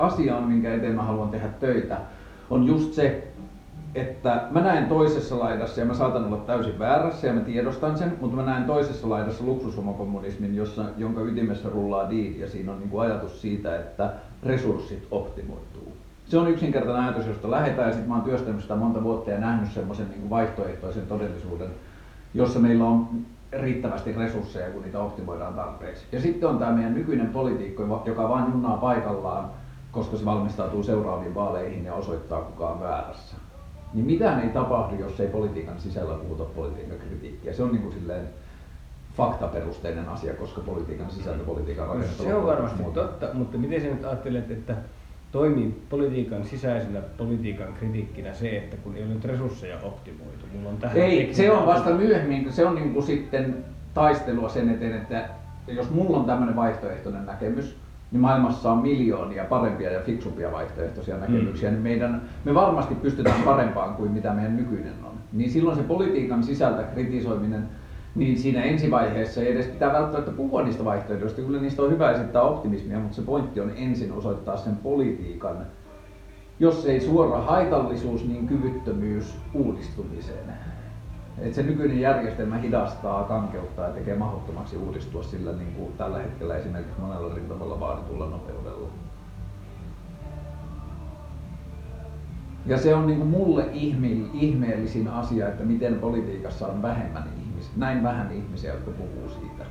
asia on, minkä eteen mä haluan tehdä töitä, on just se, että mä näen toisessa laidassa, ja mä saatan olla täysin väärässä ja mä tiedostan sen, mutta mä näen toisessa laidassa luksushomokommunismin, jonka ytimessä rullaa diili, ja siinä on niin kuin ajatus siitä, että resurssit optimoituu. Se on yksinkertainen ajatus, josta lähdetään, ja sitten mä oon työstänyt sitä monta vuotta ja nähnyt semmoisen niin kuin vaihtoehtoisen todellisuuden, jossa meillä on riittävästi resursseja, kun niitä optimoidaan tarpeeksi. Ja sitten on tämä meidän nykyinen politiikko, joka vaan junnaa paikallaan, koska se valmistautuu seuraaviin vaaleihin ja osoittaa, kuka on väärässä. Niin mitään ei tapahdu, jos ei politiikan sisällä puhuta politiikan kritiikkiä. Se on niin kuin silleen faktaperusteinen asia, koska politiikan sisältö, politiikan rakentelu. Se on varmasti totta, mutta miten sä nyt ajattelet, että toimii politiikan sisäisenä politiikan kritiikkinä se, että kun ei ole nyt resursseja optimoitu? Mulla on tähän ei, se on vasta myöhemmin, se on niin kuin sitten taistelua sen eteen, että jos mulla on tämmöinen vaihtoehtoinen näkemys, niin maailmassa on miljoonia parempia ja fiksumpia vaihtoehtoisia näkemyksiä, niin me varmasti pystytään parempaan kuin mitä meidän nykyinen on. Niin silloin se politiikan sisältä kritisoiminen, niin siinä ensivaiheessa ei edes pitää välttämättä puhua niistä vaihtoehdoista. Kyllä niistä on hyvä esittää optimismia, mutta se pointti on ensin osoittaa sen politiikan, jos ei suora haitallisuus, niin kyvyttömyys uudistumiseen. Et se nykyinen järjestelmä hidastaa, kankeuttaa ja tekee mahdottomaksi uudistua sillä niin kuin tällä hetkellä esimerkiksi monella rintamalla vaaditulla nopeudella. Ja se on niin kuin mulle ihmeellisin asia, että miten politiikassa on näin vähän ihmisiä, jotka puhuu siitä.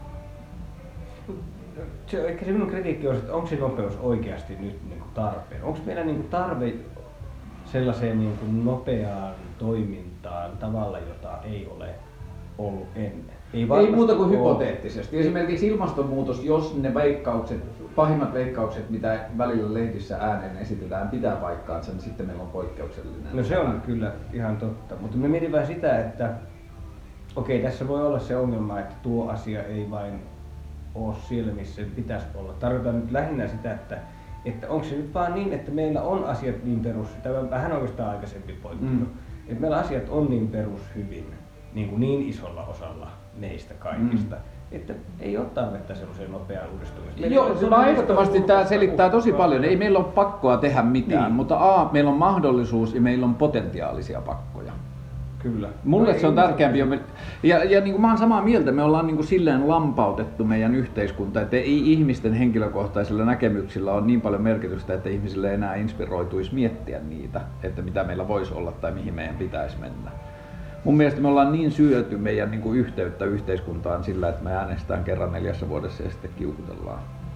Ehkä se minun kritiikki on, että onko se nopeus oikeasti nyt niin kuin tarpeen? Onko meillä niin kuin tarve sellaiseen niin kuin nopeaan toimintaan tavalla, jota ei ole ollut ennen? Ei muuta kuin hypoteettisesti. Esimerkiksi ilmastonmuutos, jos ne pahimmat veikkaukset, mitä välillä lehdissä ääneen esitetään, pitää paikkaansa, niin sitten meillä on poikkeuksellinen. No se on kyllä ihan totta, mutta me mietin vähän sitä, että okei, tässä voi olla se ongelma, että tuo asia ei vain ole siellä, missä se pitäisi olla. Tarkoitan nyt lähinnä sitä, että onko se nyt vaan niin, että meillä on asiat niin tämä on vähän oikeastaan aikaisempi pointti, että meillä asiat on niin perushyvin, niin isolla osalla meistä kaikista, että ei ole tarvetta semmoiseen nopeaan uudistumiseen. Joo, ehdottomasti tämä selittää tosi paljon. Ei meillä ole pakkoa tehdä mitään, mutta meillä on mahdollisuus ja meillä on potentiaalisia pakkoja. Kyllä. Mulle se on tärkeämpi. Ja niin kuin mä oon samaa mieltä, me ollaan niin kuin silleen lampautettu meidän yhteiskunta, että ei ihmisten henkilökohtaisilla näkemyksillä ole niin paljon merkitystä, että ihmisille ei enää inspiroituisi miettiä niitä, että mitä meillä voisi olla tai mihin meidän pitäisi mennä. Mun mielestä me ollaan niin syöty meidän niin kuin yhteyttä yhteiskuntaan sillä, että me äänestetään kerran 4 vuodessa ja sitten kiukutellaan.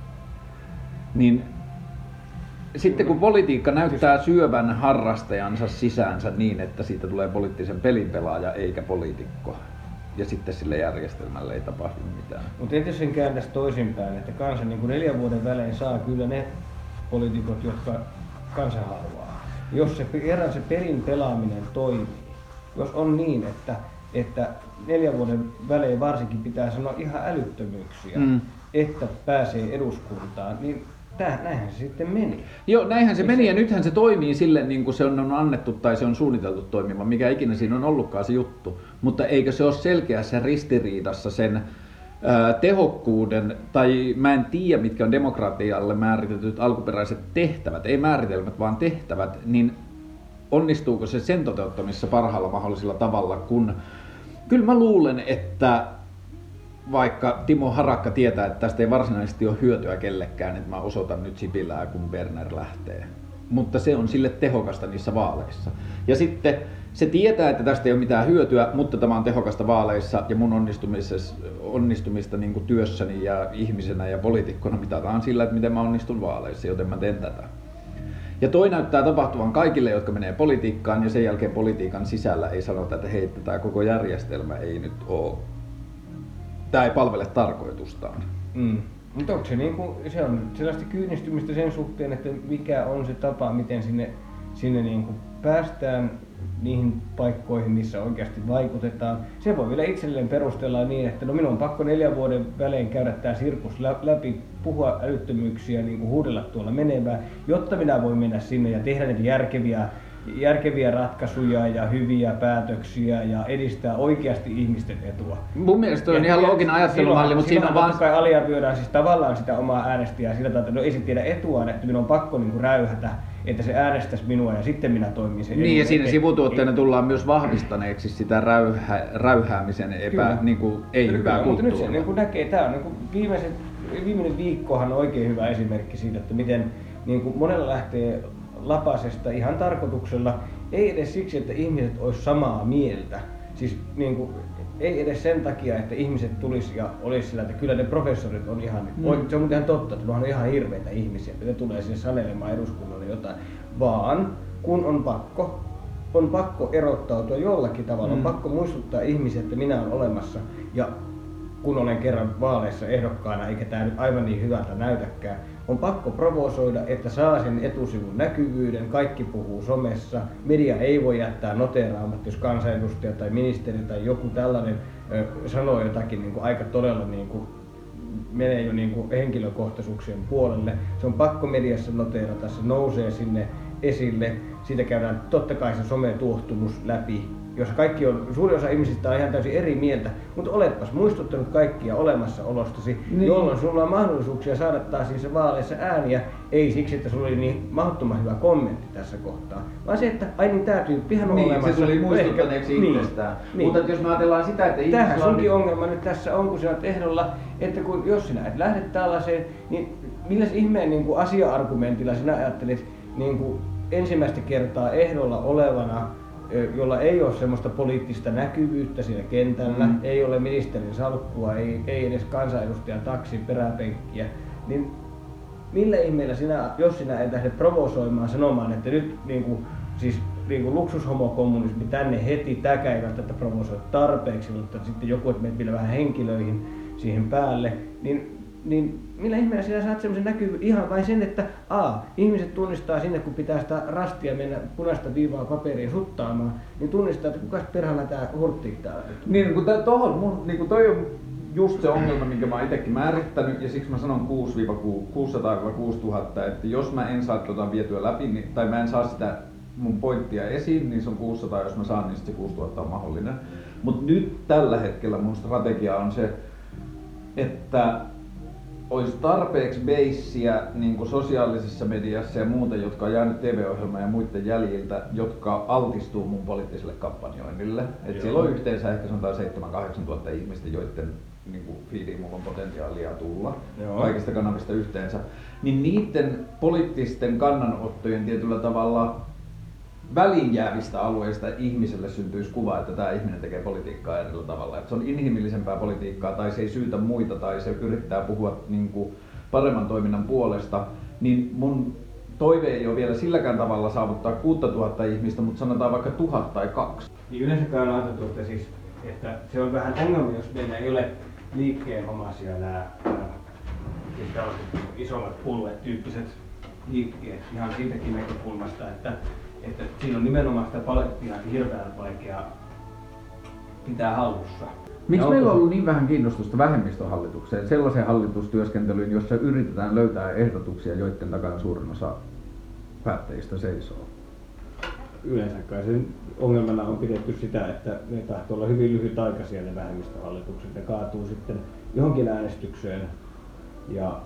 Niin sitten kun politiikka näyttää syövän harrastajansa sisäänsä niin, että siitä tulee poliittisen pelin pelaaja eikä poliitikko, ja sitten sille järjestelmälle ei tapahdu mitään. Mutta entä jos sen kääntäisi toisinpäin, että kansa niin kuin 4 vuoden välein saa kyllä ne poliitikot, jotka kansa haluaa. Jos kerran se pelin pelaaminen toimii, jos on niin, että 4 vuoden välein varsinkin pitää sanoa ihan älyttömyyksiä, että pääsee eduskuntaan, niin näinhän se sitten meni. Joo, näinhän se meni ja nythän se toimii sille niin kuin se on annettu tai se on suunniteltu toimimaan, mikä ikinä siinä on ollutkaan se juttu. Mutta eikö se ole selkeässä ristiriidassa sen tehokkuuden, tai mä en tiedä mitkä on demokratialle määritetyt alkuperäiset tehtävät, ei määritelmät vaan tehtävät, niin onnistuuko se sen toteuttamisessa parhaalla mahdollisella tavalla, kun kyllä mä luulen, että vaikka Timo Harakka tietää, että tästä ei varsinaisesti ole hyötyä kellekään, että mä osoitan nyt Sipilää, kun Berner lähtee. Mutta se on sille tehokasta niissä vaaleissa. Ja sitten se tietää, että tästä ei ole mitään hyötyä, mutta tämä on tehokasta vaaleissa ja mun onnistumista niin kuin työssäni ja ihmisenä ja poliitikkona mitataan sillä, että miten mä onnistun vaaleissa, joten mä teen tätä. Ja toi näyttää tapahtuvan kaikille, jotka menee politiikkaan ja sen jälkeen politiikan sisällä ei sanota, että hei, tämä koko järjestelmä ei nyt ole. Tämä ei palvele tarkoitustaan. Mutta onko se, se on sellaista kyynistymistä sen suhteen, että mikä on se tapa, miten sinne päästään niihin paikkoihin, missä oikeasti vaikutetaan. Se voi vielä itselleen perustella niin, että no minun on pakko 4 vuoden välein käydä tämä sirkus läpi, puhua älyttömyyksiä, huudella tuolla menevää, jotta minä voin mennä sinne ja tehdä niitä järkeviä järkeviä ratkaisuja ja hyviä päätöksiä ja edistää oikeasti ihmisten etua. Mun mielestä on ihan looginen ajattelumalli, mutta siinä on vaan... Kai aliarvioidaan siis tavallaan sitä omaa äänestäjää sillä tavalla, että no ei se tiedä etuaan, että minun on pakko niin kuin räyhätä, että se äänestäisi minua ja sitten minä toimin sen. Niin, ja siinä sivutuotteena tullaan myös vahvistaneeksi sitä räyhäämisen ei-hyvää kulttuuria. Mutta nyt se niin näkee, tämä on niin viimeinen viikkohan on oikein hyvä esimerkki siitä, että miten niin kuin monella lähtee lapasesta ihan tarkoituksella, ei edes siksi, että ihmiset olisi samaa mieltä. Siis niin kuin, ei edes sen takia, että ihmiset tulisi ja olisi sillä, että kyllä ne professorit on ihan, se on muuten ihan totta, että ne on ihan hirveitä ihmisiä, että ne tulee sinne sanelemaan eduskunnalle jotain, vaan kun on pakko erottautua jollakin tavalla, on pakko muistuttaa ihmisiä, että minä olen olemassa ja kun olen kerran vaaleissa ehdokkaana, eikä tämä nyt aivan niin hyvältä näytäkään, on pakko provosoida, että saa sen etusivun näkyvyyden, kaikki puhuu somessa, media ei voi jättää noteeraamatta, jos kansanedustaja tai ministeri tai joku tällainen sanoo jotakin niin kuin aika todella niin kuin, menee jo niin kuin henkilökohtaisuuksien puolelle. Se on pakko mediassa noteerata, se nousee sinne esille, siitä käydään totta kai se sometuohtumus läpi, jos suuri osa ihmisistä on ihan täysin eri mieltä, mutta oletpas muistuttanut kaikkia olemassaolostasi, jolloin sulla on mahdollisuuksia saada taas siis vaaleissa ääniä, ei siksi, että sulla oli niin mahdottoman hyvä kommentti tässä kohtaa, vaan se, että ai niin tää tyyppihän on olemassa. Se tuli muistuttaneeksi itsestään. Niin. Mutta jos me ajatellaan sitä, että tämähän sunkin ongelma nyt tässä on, kun sinä olet ehdolla, että jos sinä et lähde tällaiseen, niin milläs ihmeen niin kuin asia-argumentilla sinä ajattelet niin kuin ensimmäistä kertaa ehdolla olevana, jolla ei ole semmoista poliittista näkyvyyttä siinä kentällä, ei ole ministerin salkkua, ei edes kansanedustajan taksin peräpenkkiä, niin millä ihmeellä jos sinä et lähde provosoimaan sanomaan, että nyt siis luksushomokommunismi tänne heti, tämäkään ei välttämättä provosoi tarpeeksi, mutta sitten joku, että menet vielä vähän henkilöihin siihen päälle, niin millä ihmeellä sinä saat semmoisen näkyvyyden ihan vain sen, että ihmiset tunnistaa sinne, kun pitää sitä rastia mennä punaista viivaa paperiin suttaamaan, niin tunnistaa, että kukas perhana tää hurtti täällä nyt. Niin, kun toi on just se ongelma, minkä mä oon itsekin määrittänyt, ja siksi mä sanon 600-6000, että jos mä en saa vietyä läpi, tai mä en saa sitä mun pointtia esiin, niin se on 600, jos mä saan, niin sitten se 6000 on mahdollinen. Mutta nyt tällä hetkellä mun strategia on se, että olisi tarpeeksi beissiä niin sosiaalisessa mediassa ja muuta, jotka on jäänyt TV-ohjelman ja muiden jäljiltä, jotka altistuu mun poliittiselle kampanjoinnille. Et siellä on yhteensä ehkä 7-8 tuhatta ihmistä, joiden niin feediin mulla on potentiaalia tulla kaikista kanavista yhteensä. Niin niiden poliittisten kannanottojen tietyllä tavalla väliin jäävistä alueista ihmiselle syntyisi kuva, että tämä ihminen tekee politiikkaa eri tavalla. Että se on inhimillisempää politiikkaa tai se ei syytä muita tai se yrittää puhua niin kuin paremman toiminnan puolesta. Niin mun toive ei ole vielä silläkään tavalla saavuttaa 6000 ihmistä, mutta sanotaan vaikka 1000 tai 2. Niin yleensäkään on ajateltu, että se on vähän ongelma, jos meillä ei ole liikkeenomaisia nämä siis tällaiset isommat puoluetyyppiset liikkeet ihan siitäkin näkökulmasta, että siinä on nimenomaan sitä palettia hirveän vaikea pitää hallussa. Miksi meillä on ollut niin vähän kiinnostusta vähemmistöhallitukseen, sellaiseen hallitustyöskentelyyn, jossa yritetään löytää ehdotuksia, joiden takana suurin osa päättäjistä seisoo? Yleensä kai sen ongelmana on pidetty sitä, että ne tahtoo olla hyvin lyhytaikaisia ne vähemmistöhallitukset ja kaatuu sitten johonkin äänestykseen, ja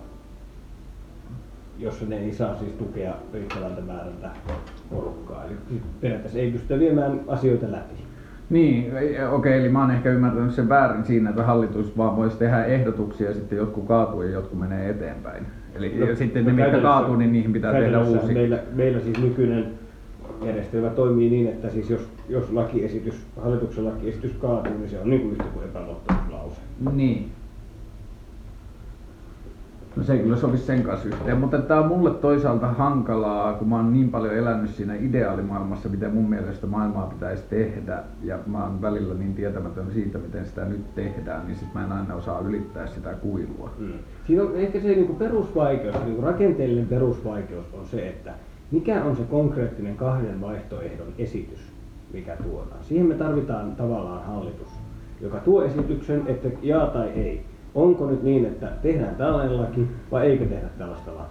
jossa ne ei saa siis tukea riittävältä määrältä porukkaa. Eli periaatteessa ei pystytä viemään asioita läpi. Niin, okei, eli mä oon ehkä ymmärtänyt sen väärin siinä, että hallitus vaan voisi tehdä ehdotuksia ja sitten jotkut kaatuu ja jotkut menee eteenpäin. Eli sitten ne, mitkä kaatuu, niin niihin pitää tehdä uusi. Meillä siis nykyinen järjestelmä toimii niin, että siis jos hallituksen lakiesitys kaatuu, niin se on niin kuin yhtä kuin epäluottamuslause. Niin. No se ei kyllä sovisi sen kanssa yhteen, mutta tämä on mulle toisaalta hankalaa, kun mä oon niin paljon elänyt siinä ideaalimaailmassa, miten mun mielestä maailmaa pitäisi tehdä, ja mä oon välillä niin tietämätön siitä, miten sitä nyt tehdään, niin sit mä en aina osaa ylittää sitä kuilua. Siinä on ehkä se niinku perusvaikeus, niinku rakenteellinen perusvaikeus on se, että mikä on se konkreettinen kahden vaihtoehdon esitys, mikä tuodaan. Siihen me tarvitaan tavallaan hallitus, joka tuo esityksen, että jaa tai ei. Onko nyt niin, että tehdään tällainen laki vai eikö tehdä tällaista lakia?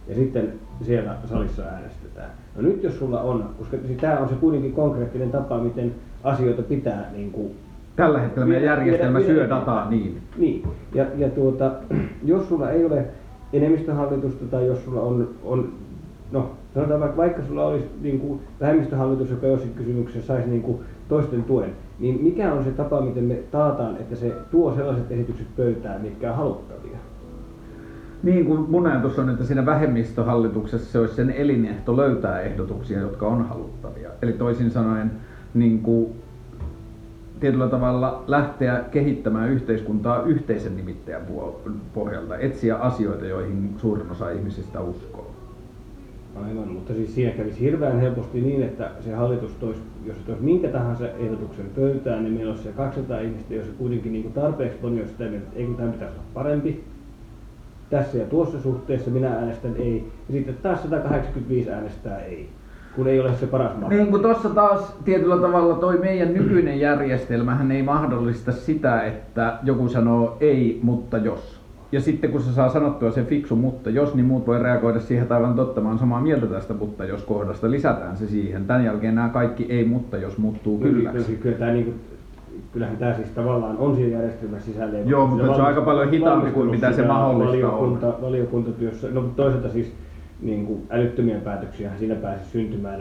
ja sitten siellä salissa äänestetään. No nyt jos sulla on, koska tämä on se kuitenkin konkreettinen tapa, miten asioita pitää niin kuin tällä hetkellä meidän järjestelmä syö dataa niin. Niin. Ja jos sulla ei ole enemmistöhallitusta tai jos sulla on no sanotaan vaikka sulla olisi niin kuin vähemmistöhallitus, joka jossain kysymyksessä saisi niin kuin toisten tuen, niin mikä on se tapa, miten me taataan, että se tuo sellaiset esitykset pöytään, mitkä on haluttavia? Niin kuin mun ajatus on, että siinä vähemmistöhallituksessa se olisi sen elinehto löytää ehdotuksia, jotka on haluttavia. Eli toisin sanoen niin kuin tietyllä tavalla lähteä kehittämään yhteiskuntaa yhteisen nimittäjän pohjalta, etsiä asioita, joihin suurin osa ihmisistä uskoo. Aivan, mutta siis siinä kävisi hirveän helposti niin, että se hallitus toisi, jos se toisi minkä tahansa ehdotuksen pöytään, niin meillä olisi se 200 ihmistä, jos se kuitenkin niin kuin tarpeeksi moni olisi sitä mieltä, että eikö tämä pitäisi olla parempi. Tässä ja tuossa suhteessa minä äänestän ei, ja sitten taas 185 äänestää ei, kun ei ole se paras mahdollista. Niin kuin tuossa taas tietyllä tavalla toi meidän nykyinen järjestelmähän ei mahdollista sitä, että joku sanoo ei, mutta jos. Ja sitten kun se saa sanottua sen fiksu mutta jos, niin muut voi reagoida siihen, että aivan totta, mä oon samaa mieltä tästä mutta jos kohdasta, lisätään se siihen. Tämän jälkeen nämä kaikki ei mutta jos muuttuu kylläksi. Kyllähän tämä siis tavallaan on siinä järjestelmässä sisällä. Joo, mutta se on aika paljon hitaampi kuin mitä se mahdollista on. Valiokuntatyössä, no toisaalta siis niin kuin älyttömiä päätöksiä siinä pääsi syntymään,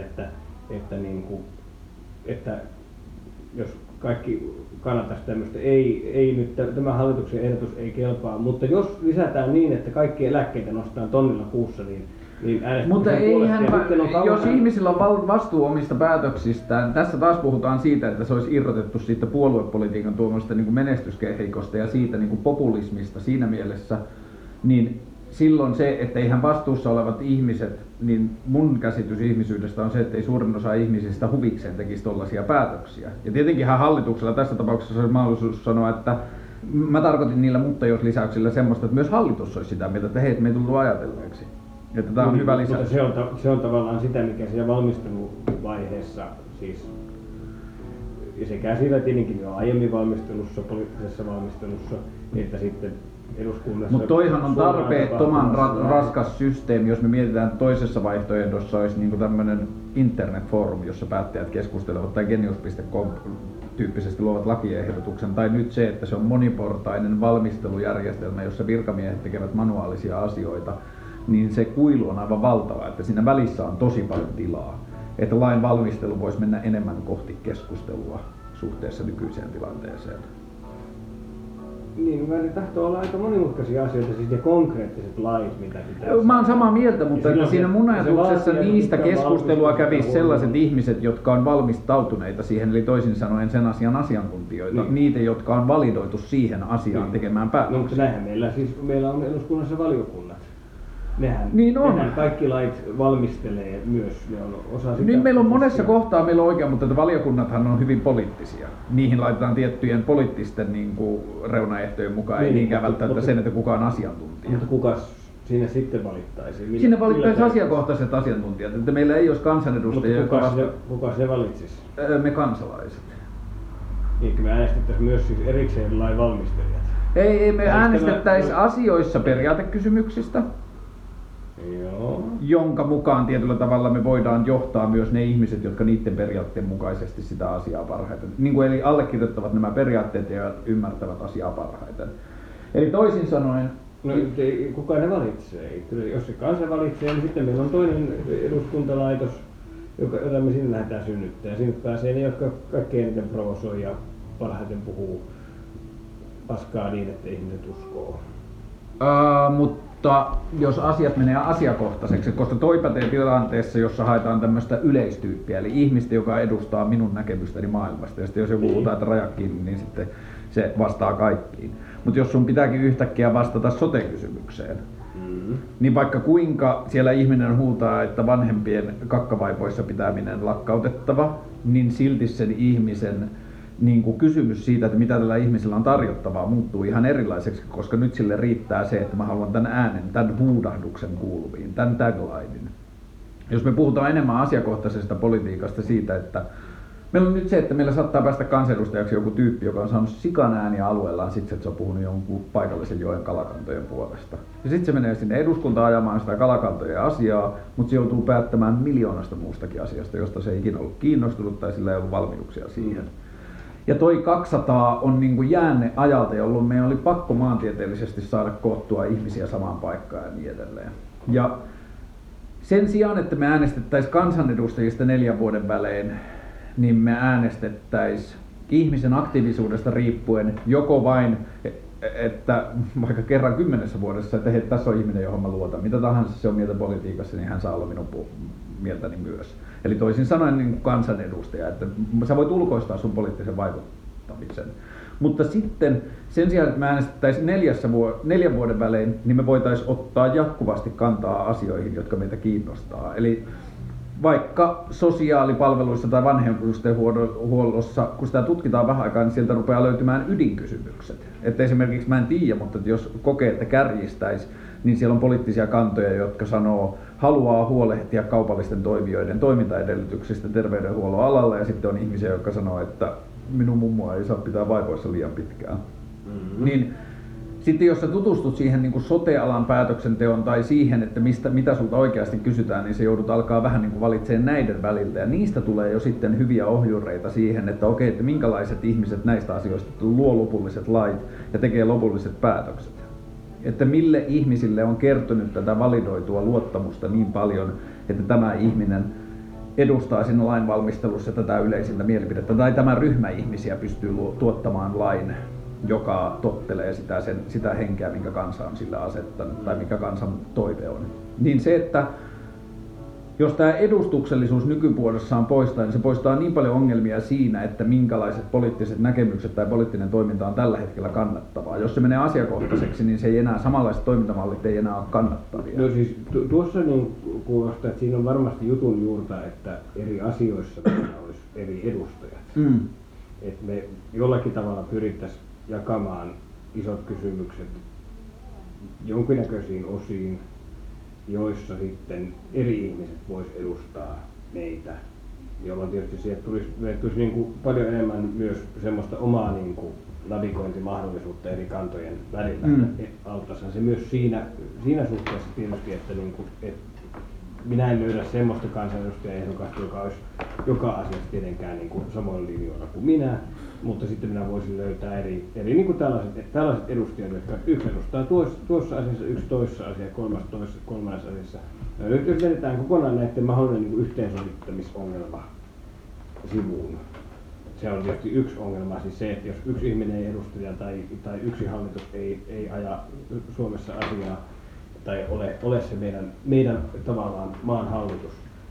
että jos kaikki kannattaisi tämmöistä, ei nyt tämä hallituksen ehdotus ei kelpaa, mutta jos lisätään niin, että kaikki eläkkeitä nostetaan tonnilla kuussa, niin mutta eihän, jos ihmisillä on vastuu omista päätöksistään, tässä taas puhutaan siitä, että se olisi irrotettu siitä puoluepolitiikan tuomasta niin kuin menestyskehikosta ja siitä niin kuin populismista siinä mielessä, niin silloin se, että eihän vastuussa olevat ihmiset, niin mun käsitys ihmisyydestä on se, että ei suurin osa ihmisistä huvikseen tekisi tollaisia päätöksiä. Ja tietenkinhän hallituksella tässä tapauksessa olisi mahdollisuus sanoa, että mä tarkoitin niillä mutta jos lisäyksillä semmoista, että myös hallitus olisi sitä mieltä, että hei, me ei tullut ajatelleeksi. Että tämä on hyvä lisäys. Mutta se on tavallaan sitä, mikä siellä valmisteluvaiheessa, siis, ja sekä sillä tietenkin jo aiemmin valmistelussa, poliittisessa valmistelussa, että sitten eduskunnassa. Mutta toihan on tarpeettoman raskas systeemi, jos me mietitään, että toisessa vaihtoehdossa olisi niin tämmöinen internetfoorumi, jossa päättäjät keskustelevat, tai genius.com tyyppisesti luovat lakiehdotuksen, tai nyt se, että se on moniportainen valmistelujärjestelmä, jossa virkamiehet tekevät manuaalisia asioita, niin se kuilu on aivan valtava, että siinä välissä on tosi paljon tilaa, että lain valmistelu voisi mennä enemmän kohti keskustelua suhteessa nykyiseen tilanteeseen. Niin, ne tahtoo olla aika monimutkaisia asioita siis ja konkreettiset lait, mitä pitää. Mä oon samaa mieltä, mutta että siinä mun ajatuksessa niistä keskustelua kävisi sellaiset ihmiset, jotka on valmistautuneita siihen, eli toisin sanoen sen asian asiantuntijoita, niin. Niitä, jotka on validoitu siihen asiaan tekemään päätöksiä. No, mutta näinhän meillä on eduskunnassa valiokunnat. Nehän kaikki lait valmistelee myös, ne on osa sitä. Niin meillä on monessa kohtaa meillä on oikein, mutta valiokunnathan on hyvin poliittisia. Niihin laitetaan tiettyjen poliittisten niin kuin reunaehtojen mukaan, ei niinkään välttämättä sen, että kuka on asiantuntija. Mutta kuka siinä sitten valittaisi? Siinä valittaisi asiakohtaiset asiantuntijat, että meillä ei olisi kansanedustajia. Kuka se valitsisi? Me kansalaiset. Niin, me äänestettäisiin myös siis erikseen lain valmistelijat. Ei me äänestettäisi asioissa periaatekysymyksistä. Joo. Jonka mukaan tietyllä tavalla me voidaan johtaa myös ne ihmiset, jotka niiden periaatteen mukaisesti sitä asiaa parhaiten. Eli allekirjoittavat nämä periaatteet ja ymmärtävät asiaa parhaiten. Eli toisin sanoen... No, kuka ne valitsee? Jos se kansa valitsee, niin sitten meillä on toinen eduskuntalaitos, jota me sinne lähdetään synnyttämään. Sinne pääsee ne, jotka kaikkein eniten provosoi ja parhaiten puhuu paskaa niin, että ihmiset uskoo. Mutta jos asiat menee asiakohtaiseksi, koska toi pätee tilanteessa, jossa haetaan tämmöistä yleistyyppiä, eli ihmistä, joka edustaa minun näkemystäni maailmasta, ja sitten jos joku huutaa, että rajat kiinni, niin sitten se vastaa kaikkiin. Mutta jos sun pitääkin yhtäkkiä vastata sote-kysymykseen, niin vaikka kuinka siellä ihminen huutaa, että vanhempien kakkavaipoissa pitäminen lakkautettava, niin silti sen ihmisen niin kuin kysymys siitä, että mitä tällä ihmisellä on tarjottavaa, muuttuu ihan erilaiseksi, koska nyt sille riittää se, että mä haluan tämän äänen, tämän huudahduksen kuuluviin, tämän taglinen. Jos me puhutaan enemmän asiakohtaisesta politiikasta siitä, että Meillä on nyt se, että meillä saattaa päästä kansanedustajaksi joku tyyppi, joka on saanut sikan ääniä alueellaan siksi, että se on puhunut jonkun paikallisen joen kalakantojen puolesta. Ja sitten se menee sinne eduskuntaan ajamaan sitä kalakantojen asiaa, mutta se joutuu päättämään miljoonasta muustakin asiasta, josta se ei ikinä ollut kiinnostunut tai sillä ei ollut valmiuksia siihen. Ja toi 200 on niin kuin jäänne ajalta, jolloin meidän oli pakko maantieteellisesti saada koottua ihmisiä samaan paikkaan ja niin edelleen. Ja sen sijaan, että me äänestettäisiin kansanedustajista 4 vuoden välein, niin me äänestettäisiin ihmisen aktiivisuudesta riippuen joko vain, että vaikka kerran 10 vuodessa, että hei, tässä on ihminen, johon mä luotan. Mitä tahansa se on mieltä politiikassa, niin hän saa olla minun mieltäni myös. Eli toisin sanoen niin kuin kansanedustaja, että sä voit ulkoistaa sun poliittisen vaikuttamisen. Mutta sitten sen sijaan, että me äänestettäisiin 4 vuoden välein, niin me voitaisiin ottaa jatkuvasti kantaa asioihin, jotka meitä kiinnostaa. Eli vaikka sosiaalipalveluissa tai vanhemmuudenhuollossa, kun sitä tutkitaan vähän aikaa, niin sieltä rupeaa löytymään ydinkysymykset. Että esimerkiksi mä en tiedä, mutta jos kokee, että kärjistäisi, niin siellä on poliittisia kantoja, jotka haluaa huolehtia kaupallisten toimijoiden toimintaedellytyksistä terveydenhuollon alalla, ja sitten on ihmisiä, jotka sanoo, että minun mummoa ei saa pitää vaivoissa liian pitkään. Niin sitten jos sä tutustut siihen niin kuin sote-alan päätöksenteon tai siihen, että mitä sulta oikeasti kysytään, niin se joudut alkaa vähän niin kuin valitsemaan näiden välillä. Ja niistä tulee jo sitten hyviä ohjureita siihen, että okei, että minkälaiset ihmiset näistä asioista luo lopulliset lait ja tekee lopulliset päätökset. Että mille ihmisille on kertynyt tätä validoitua luottamusta niin paljon, että tämä ihminen edustaa siinä lainvalmistelussa tätä yleisintä mielipidettä, tai tämä ryhmä ihmisiä pystyy tuottamaan lain, joka tottelee sitä henkeä, minkä kansa on sillä asettanut, tai mikä kansan toive on. Niin se, että jos tämä edustuksellisuus nykymuodossaan poistaa, niin se poistaa niin paljon ongelmia siinä, että minkälaiset poliittiset näkemykset tai poliittinen toiminta on tällä hetkellä kannattavaa. Jos se menee asiakohtaiseksi, niin se ei enää, samanlaiset toimintamallit ei enää ole kannattavia. No siis tuossa niin kuulostaa, että siinä on varmasti jutun juurta, että eri asioissa meillä olisi eri edustajat. Että me jollakin tavalla pyrittäisiin jakamaan isot kysymykset jonkinnäköisiin osiin, joissa sitten eri ihmiset vois edustaa meitä, jolloin tietysti siihen tulisi niin kuin paljon enemmän myös semmoista omaa niin kuin navigointimahdollisuutta eri kantojen välillä. Auttaisihan se myös siinä suhteessa tietysti, että, niin kuin, että minä en löydä semmoista kansanedustajaehdokasta, joka olisi joka asiassa tietenkään niin kuin samoin linjoilla kuin minä, mutta sitten minä voisin löytää eri niin kuin tällaiset edustajat, jotka yksi edustaa tuossa asiassa, yksi toisessa asiassa, kolmannessa asiassa. Nyt jos vedetään kokonaan näiden mahdollinen niin kuin yhteensovittamisongelma sivuun. Se on tietysti yksi ongelma, siis se, että jos yksi ihminen ei edustaja tai yksi hallitus ei aja Suomessa asiaa tai ole se meidän tavallaan maan hallitus,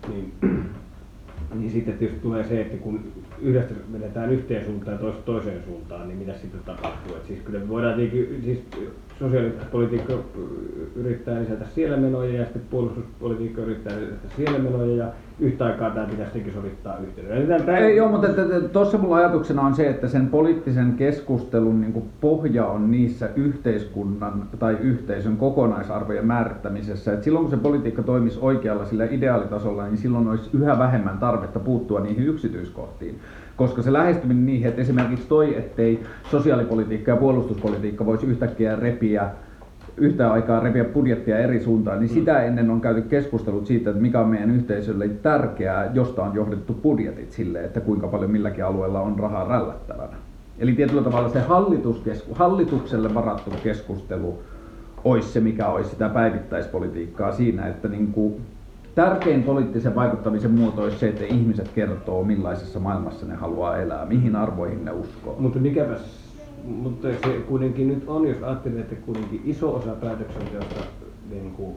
niin sitten tietysti tulee se, että kun yhdestä menetään yhteen suuntaan ja toiseen suuntaan, niin mitä sitten tapahtuu? Et siis kyllä me voidaan siis sosiaalipolitiikka yrittää lisätä siellä menoja ja sitten puolustuspolitiikka yrittää lisätä siellä menoja ja yhtä aikaa tämä pitäisi tietenkin sovittaa yhteen. Ei, joo, mutta tuossa mulla ajatuksena on se, että sen poliittisen keskustelun niin kuin pohja on niissä yhteiskunnan tai yhteisön kokonaisarvojen määrittämisessä. Et silloin kun se politiikka toimisi oikealla sillä ideaalitasolla, niin silloin olisi yhä vähemmän tarvetta puuttua niihin yksityiskohtiin. Koska se lähestyminen niihin, että esimerkiksi ettei sosiaalipolitiikka ja puolustuspolitiikka voisi yhtäkkiä yhtä aikaa repiä budjettia eri suuntaan, niin sitä ennen on käyty keskustelut siitä, että mikä on meidän yhteisölle tärkeää, josta on johdettu budjetit sille, että kuinka paljon milläkin alueella on rahaa rällättävänä. Eli tietyllä tavalla se hallitukselle varattu keskustelu olisi se, mikä olisi sitä päivittäispolitiikkaa siinä, että niin kuin tärkein poliittisen vaikuttamisen muoto olisi se, että ihmiset kertoo, millaisessa maailmassa ne haluaa elää, mihin arvoihin ne uskoo. Mutta se kuitenkin nyt on, jos ajattelee, että kuitenkin iso osa päätöksenteosta niin kuin,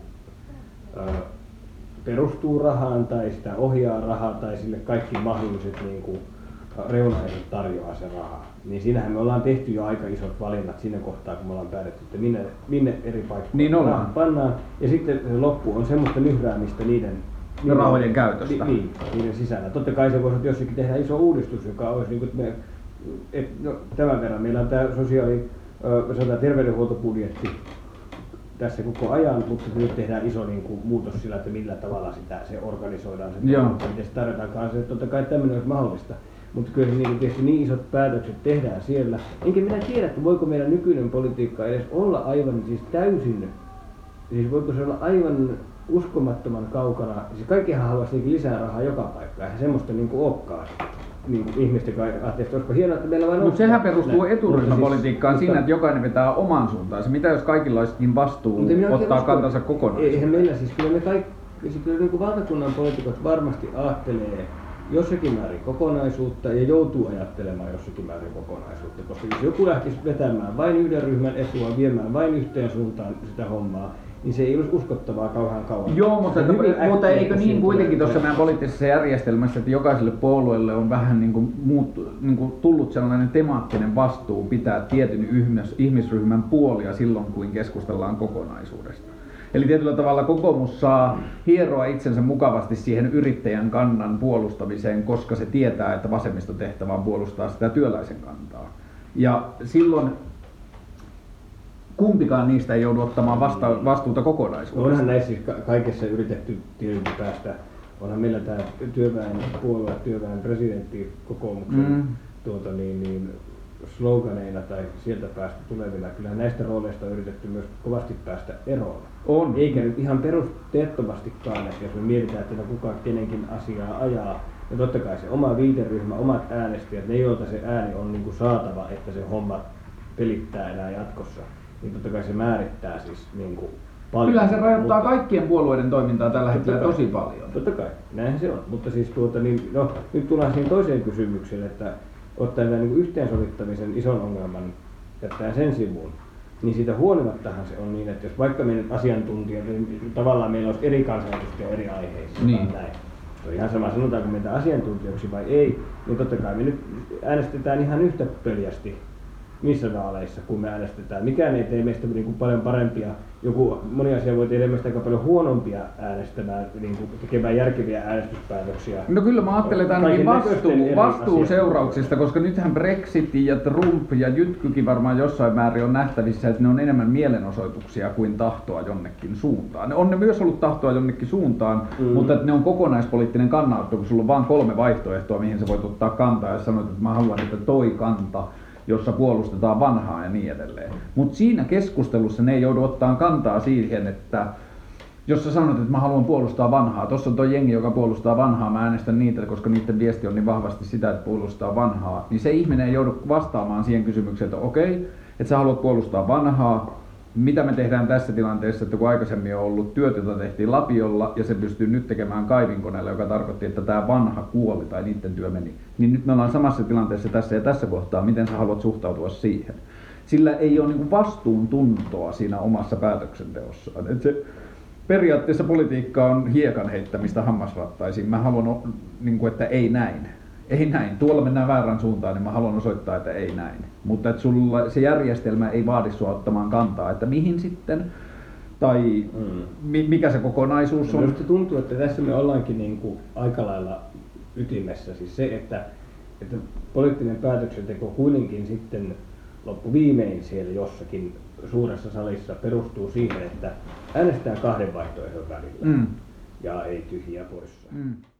perustuu rahaan tai sitä ohjaa rahaa tai sille kaikki mahdolliset niin kuin, reunaehdot tarjoaa se rahaa. Niin siinähän me ollaan tehty jo aika isot valinnat siinä kohtaa, kun me ollaan päätetty, että minne eri paikkoihin niin pannaan. Ja sitten se loppu on semmoista nyhräämistä niiden rahojen käytöstä. Niiden sisällä. Totta kai se voisi jossakin tehdä iso uudistus, joka olisi niin kuin, tämän verran. Meillä on tämä terveydenhuoltobudjetti tässä koko ajan, mutta nyt tehdään iso niin kuin, muutos sillä, että millä tavalla se organisoidaan, miten se tarjotaankaan. Se, totta kai tämmöinen olisi mahdollista. Mutta kyllä tietysti niin isot päätökset tehdään siellä. Enkä minä tiedä, että voiko meidän nykyinen politiikka edes olla aivan siis täysin, siis voiko se olla aivan uskomattoman kaukana. Siis kaikkihan haluaisi lisää rahaa joka paikkaan, eihän semmoista olekaan. Ihmisten aatteesta, koska hienoa, että meillä vain on. Mutta sehän perustuu eturyhmäpolitiikkaan siinä, että jokainen vetää oman suuntaansa. Mitä jos kaikilla olisikin vastuu ottaa kantansa kokonaisuudessaan? Eihän meillä siis, kyllä me kaikki, kyllä valtakunnan poliitikot varmasti ajattelee jossakin määrin kokonaisuutta ja joutuu ajattelemaan jossakin määrin kokonaisuutta. Koska jos joku lähtisi vetämään vain yhden ryhmän etua, viemään vain yhteen suuntaan sitä hommaa, niin se ei olisi uskottavaa kauhean kauan. Joo, mutta eikö niin kuitenkin tuossa meidän poliittisessa järjestelmässä, että jokaiselle puolueelle on vähän tullut sellainen temaattinen vastuu pitää tietyn ihmisryhmän puolia silloin, kun keskustellaan kokonaisuudesta. Eli tietyllä tavalla kokoomus saa hieroa itsensä mukavasti siihen yrittäjän kannan puolustamiseen, koska se tietää, että vasemmistotehtävä on puolustaa sitä työläisen kantaa. Ja silloin kumpikaan niistä ei joudu ottamaan vastuuta kokonaisuudesta. Onhan näissä siis kaikessa yritetty tietysti päästä, onhan meillä tämä työväenpuolue, työväen presidentti kokoomuksen sloganeina tai sieltä päästä tulevina. Kyllähän näistä rooleista on yritetty myös kovasti päästä eroon. On. Eikä nyt ihan perusteettomastikaan, että jos me mietitään, että kuka kenenkin asiaa ajaa, ja totta kai se oma viiteryhmä, omat äänestäjät, ne joilta se ääni on saatava, että se homma pelittää enää jatkossa, niin totta kai se määrittää siis paljon. Kyllähän se rajoittaa kaikkien puolueiden toimintaa tällä hetkellä tosi paljon. Totta kai, näinhän se on. Mutta siis nyt tullaan siihen toiseen kysymykseen, että ottaen tämän yhteensovittamisen ison ongelman jättää sen sivuun, niin siitä huolimattahan se on niin, että jos vaikka meidän asiantuntijat, niin tavallaan meillä olisi eri kansanedustajia eri aiheissa, niin. Näin. Se on ihan sama, sanotaanko meitä asiantuntijoiksi vai ei, niin totta kai me nyt äänestetään ihan yhtä pöljästi missä vaaleissa, kun me äänestetään. Mikään ei tee meistä paljon parempia. Moni asia voi tehdä meistä aika paljon huonompia äänestämään, tekemään järkeviä äänestyspäätöksiä. No kyllä mä ajattelen ainakin vastuu seurauksista, koska nythän Brexit ja Trump ja jytkykin varmaan jossain määrin on nähtävissä, että ne on enemmän mielenosoituksia kuin tahtoa jonnekin suuntaan. On ne myös ollut tahtoa jonnekin suuntaan, mutta että ne on kokonaispoliittinen kannanotto, kun sulla on vain 3 vaihtoehtoa, mihin sä voit ottaa kantaa ja sanoit, että mä haluan, että toi kanta, jossa puolustetaan vanhaa ja niin edelleen. Mutta siinä keskustelussa ne ei joudu ottaa kantaa siihen, että jos sä sanot, että mä haluan puolustaa vanhaa, tuossa on tuo jengi, joka puolustaa vanhaa, mä äänestän niitä, koska niiden viesti on niin vahvasti sitä, että puolustaa vanhaa, niin se ihminen ei joudu vastaamaan siihen kysymykseen, että okei, että sä haluat puolustaa vanhaa, mitä me tehdään tässä tilanteessa, että kun aikaisemmin on ollut työt, jota tehtiin lapiolla ja se pystyy nyt tekemään kaivinkoneella, joka tarkoitti, että tämä vanha kuoli tai niiden työ meni, niin nyt me ollaan samassa tilanteessa tässä ja tässä kohtaa, miten sä haluat suhtautua siihen. Sillä ei ole vastuuntuntoa siinä omassa päätöksenteossaan. Et se, periaatteessa politiikka on hiekan heittämistä hammasrattaisiin. Mä haluan, että ei näin. Ei näin. Tuolla mennään väärään suuntaan, niin mä haluan osoittaa, että ei näin. Mutta että sulla se järjestelmä ei vaadi sua ottamaan kantaa, että mihin sitten, tai mikä se kokonaisuus on. Minusta tuntuu, että tässä me ollaankin aika lailla ytimessä. Siis se, että poliittinen päätöksenteko kuitenkin sitten loppuviimein siellä jossakin suuressa salissa perustuu siihen, että äänestetään 2 vaihtoehdon välillä ja ei tyhjiä poissa.